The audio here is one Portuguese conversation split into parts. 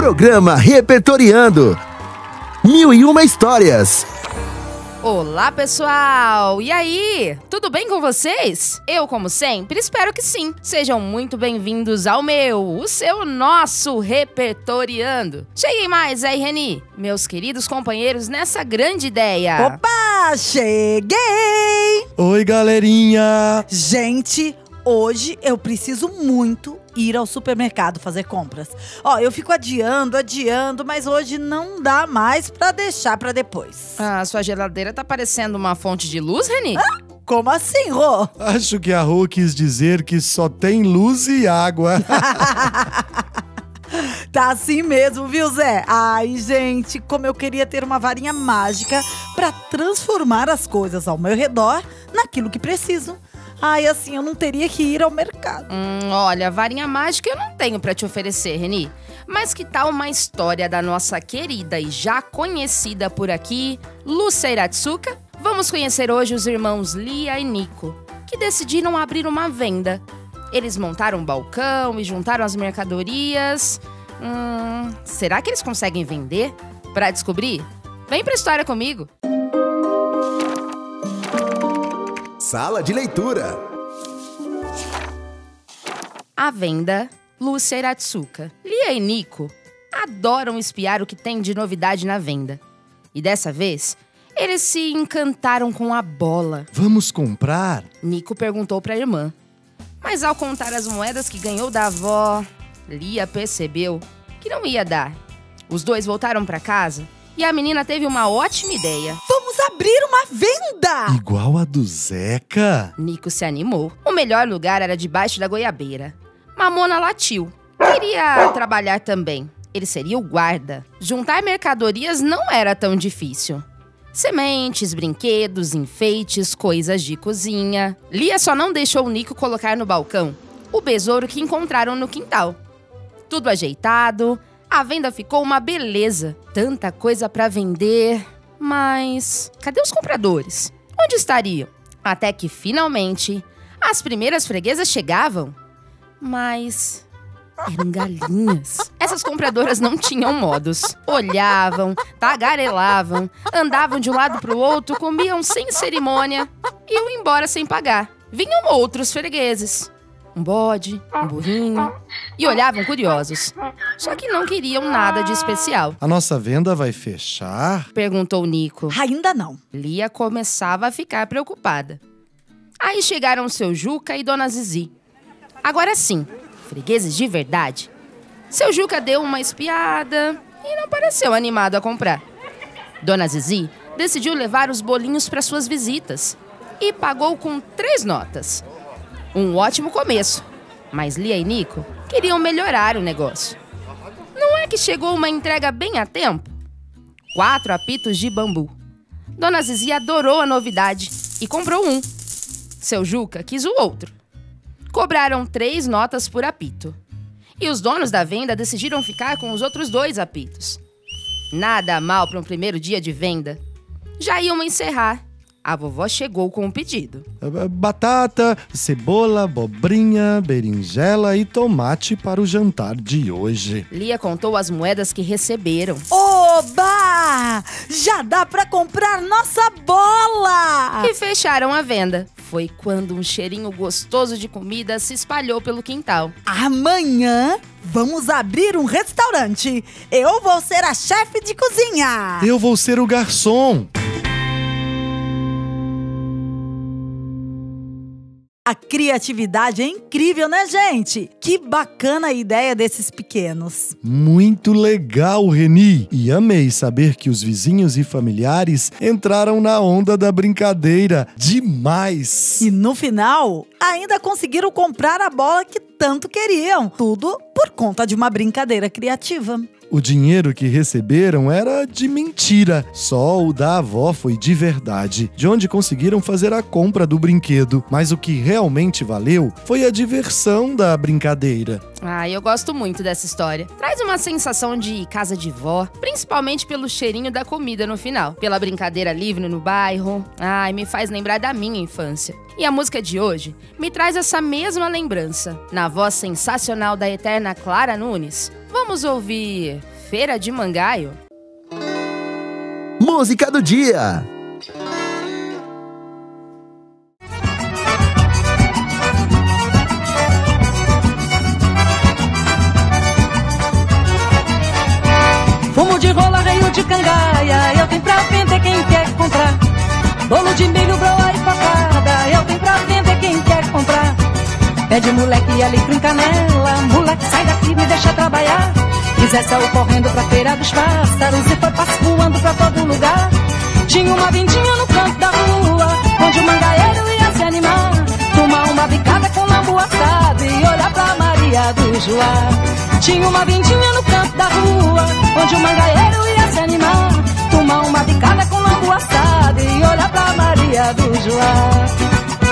Programa Repertoriando. 1001 histórias. Olá, pessoal! E aí? Tudo bem com vocês? Eu, como sempre, espero que sim. Sejam muito bem-vindos ao nosso Repertoriando. Cheguei mais aí, Reni, meus queridos companheiros, nessa grande ideia. Opa, cheguei! Oi, galerinha! Gente, hoje eu preciso muito ir ao supermercado fazer compras. Eu fico adiando, mas hoje não dá mais pra deixar pra depois. Sua geladeira tá parecendo uma fonte de luz, Reni? Como assim, Rô? Acho que a Rô quis dizer que só tem luz e água. Tá assim mesmo, viu, Zé? Ai, gente, como eu queria ter uma varinha mágica pra transformar as coisas ao meu redor naquilo que preciso. Ai, assim eu não teria que ir ao mercado. Olha, varinha mágica eu não tenho pra te oferecer, Reni. Mas que tal uma história da nossa querida e já conhecida por aqui, Lúcia Iratsuka? Vamos conhecer hoje os irmãos Lia e Nico, que decidiram abrir uma venda. Eles montaram um balcão e juntaram as mercadorias. Será que eles conseguem vender? Pra descobrir, vem pra história comigo. Sala de leitura. A venda, Lúcia Iratsuka. Lia e Nico adoram espiar o que tem de novidade na venda. E dessa vez, eles se encantaram com a bola. Vamos comprar? Nico perguntou para a irmã. Mas ao contar as moedas que ganhou da avó, Lia percebeu que não ia dar. Os dois voltaram para casa e a menina teve uma ótima ideia. Vamos abrir uma venda! Igual a do Zeca? Nico se animou. O melhor lugar era debaixo da goiabeira. Mamona latiu. Queria trabalhar também. Ele seria o guarda. Juntar mercadorias não era tão difícil. Sementes, brinquedos, enfeites, coisas de cozinha. Lia só não deixou o Nico colocar no balcão o besouro que encontraram no quintal. Tudo ajeitado, a venda ficou uma beleza. Tanta coisa para vender. Mas cadê os compradores? Onde estariam? Até que, finalmente, as primeiras freguesas chegavam. Mas eram galinhas. Essas compradoras não tinham modos. Olhavam, tagarelavam, andavam de um lado para o outro, comiam sem cerimônia e iam embora sem pagar. Vinham outros fregueses. Um bode, um burrinho, e olhavam curiosos. Só que não queriam nada de especial. A nossa venda vai fechar? Perguntou Nico. Ainda não. Lia começava a ficar preocupada. Aí chegaram seu Juca e Dona Zizi. Agora sim, fregueses de verdade. Seu Juca deu uma espiada e não pareceu animado a comprar. Dona Zizi decidiu levar os bolinhos para suas visitas e pagou com 3 notas. Um ótimo começo, mas Lia e Nico queriam melhorar o negócio. Não é que chegou uma entrega bem a tempo? 4 apitos de bambu. Dona Zizi adorou a novidade e comprou um. Seu Juca quis o outro. Cobraram 3 notas por apito. E os donos da venda decidiram ficar com os outros 2 apitos. Nada mal para um primeiro dia de venda. Já iam encerrar. A vovó chegou com um pedido. Batata, cebola, abobrinha, berinjela e tomate para o jantar de hoje. Lia contou as moedas que receberam. Oba! Já dá pra comprar nossa bola! E fecharam a venda. Foi quando um cheirinho gostoso de comida se espalhou pelo quintal. Amanhã vamos abrir um restaurante. Eu vou ser a chefe de cozinha. Eu vou ser o garçom. A criatividade é incrível, né, gente? Que bacana a ideia desses pequenos. Muito legal, Reni. E amei saber que os vizinhos e familiares entraram na onda da brincadeira. Demais! E no final, ainda conseguiram comprar a bola que tanto queriam. Tudo por conta de uma brincadeira criativa. O dinheiro que receberam era de mentira. Só o da avó foi de verdade, de onde conseguiram fazer a compra do brinquedo. Mas o que realmente valeu foi a diversão da brincadeira. Eu gosto muito dessa história. Traz uma sensação de casa de vó, principalmente pelo cheirinho da comida no final. Pela brincadeira livre no bairro. Me faz lembrar da minha infância. E a música de hoje me traz essa mesma lembrança. Na voz sensacional da eterna Clara Nunes, vamos ouvir Feira de Mangaio. Música do dia. Fumo de rola, reio de cangaia, eu tenho pra vender quem quer comprar. Bolo de milho, broa e cocada, eu tenho pra vender quem quer comprar. Pé de moleque ali com canela, moleque sai daqui, me deixa trabalhar. Zé saiu correndo pra feira dos pássaros e foi passo voando pra todo lugar. Tinha uma vindinha no canto da rua, onde o mangaeiro ia se animar. Tomar uma bicada com lambu assado e olhar pra Maria do Joá. Tinha uma vindinha no canto da rua, onde o mangaeiro ia se animar. Tomar uma bicada com lambu assado e olhar pra Maria do Joá.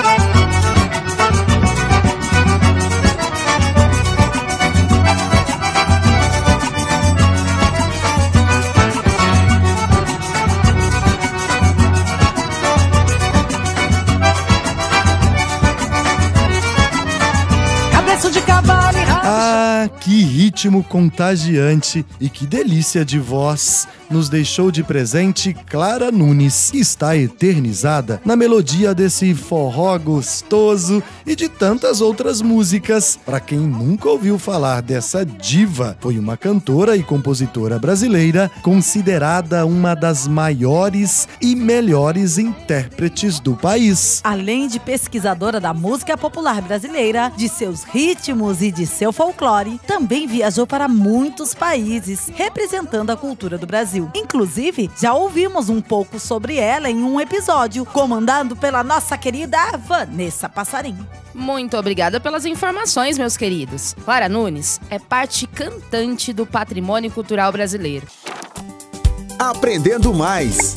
Ah, que ritmo contagiante e que delícia de voz nos deixou de presente Clara Nunes, que está eternizada na melodia desse forró gostoso e de tantas outras músicas. Para quem nunca ouviu falar dessa diva, foi uma cantora e compositora brasileira considerada uma das maiores e melhores intérpretes do país. Além de pesquisadora da música popular brasileira, de seus ritmos e de seu folclore, também viajou para muitos países, representando a cultura do Brasil. Inclusive, já ouvimos um pouco sobre ela em um episódio, comandado pela nossa querida Vanessa Passarinho. Muito obrigada pelas informações, meus queridos. Clara Nunes é parte cantante do patrimônio cultural brasileiro. Aprendendo mais.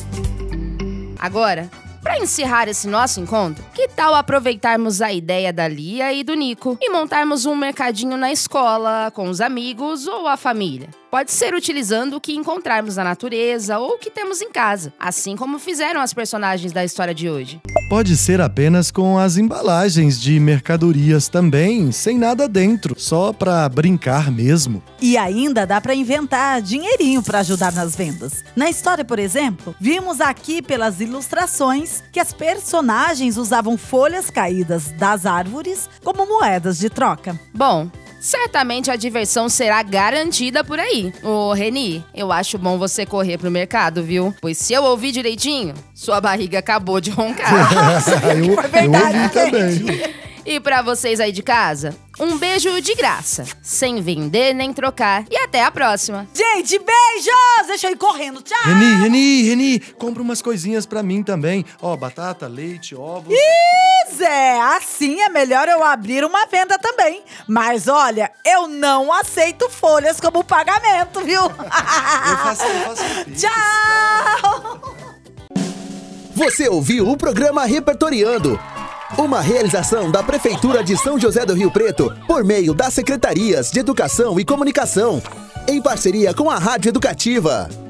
Agora, para encerrar esse nosso encontro, que tal aproveitarmos a ideia da Lia e do Nico e montarmos um mercadinho na escola, com os amigos ou a família? Pode ser utilizando o que encontrarmos na natureza ou o que temos em casa, assim como fizeram as personagens da história de hoje. Pode ser apenas com as embalagens de mercadorias também, sem nada dentro, só para brincar mesmo. E ainda dá para inventar dinheirinho para ajudar nas vendas. Na história, por exemplo, vimos aqui pelas ilustrações que as personagens usavam folhas caídas das árvores como moedas de troca. Bom, certamente a diversão será garantida por aí. Ô, Reni, eu acho bom você correr pro mercado, viu? Pois se eu ouvir direitinho, sua barriga acabou de roncar. eu ouvi também. E pra vocês aí de casa, um beijo de graça, sem vender nem trocar. E até a próxima. Gente, beijos! Deixa eu ir correndo, tchau! Reni, compra umas coisinhas pra mim também. Ó, batata, leite, ovos. Ih, Zé, assim é melhor eu abrir uma venda também. Mas olha, eu não aceito folhas como pagamento, viu? Eu faço Tchau! Você ouviu o programa Repertoriando, uma realização da Prefeitura de São José do Rio Preto por meio das Secretarias de Educação e Comunicação, em parceria com a Rádio Educativa.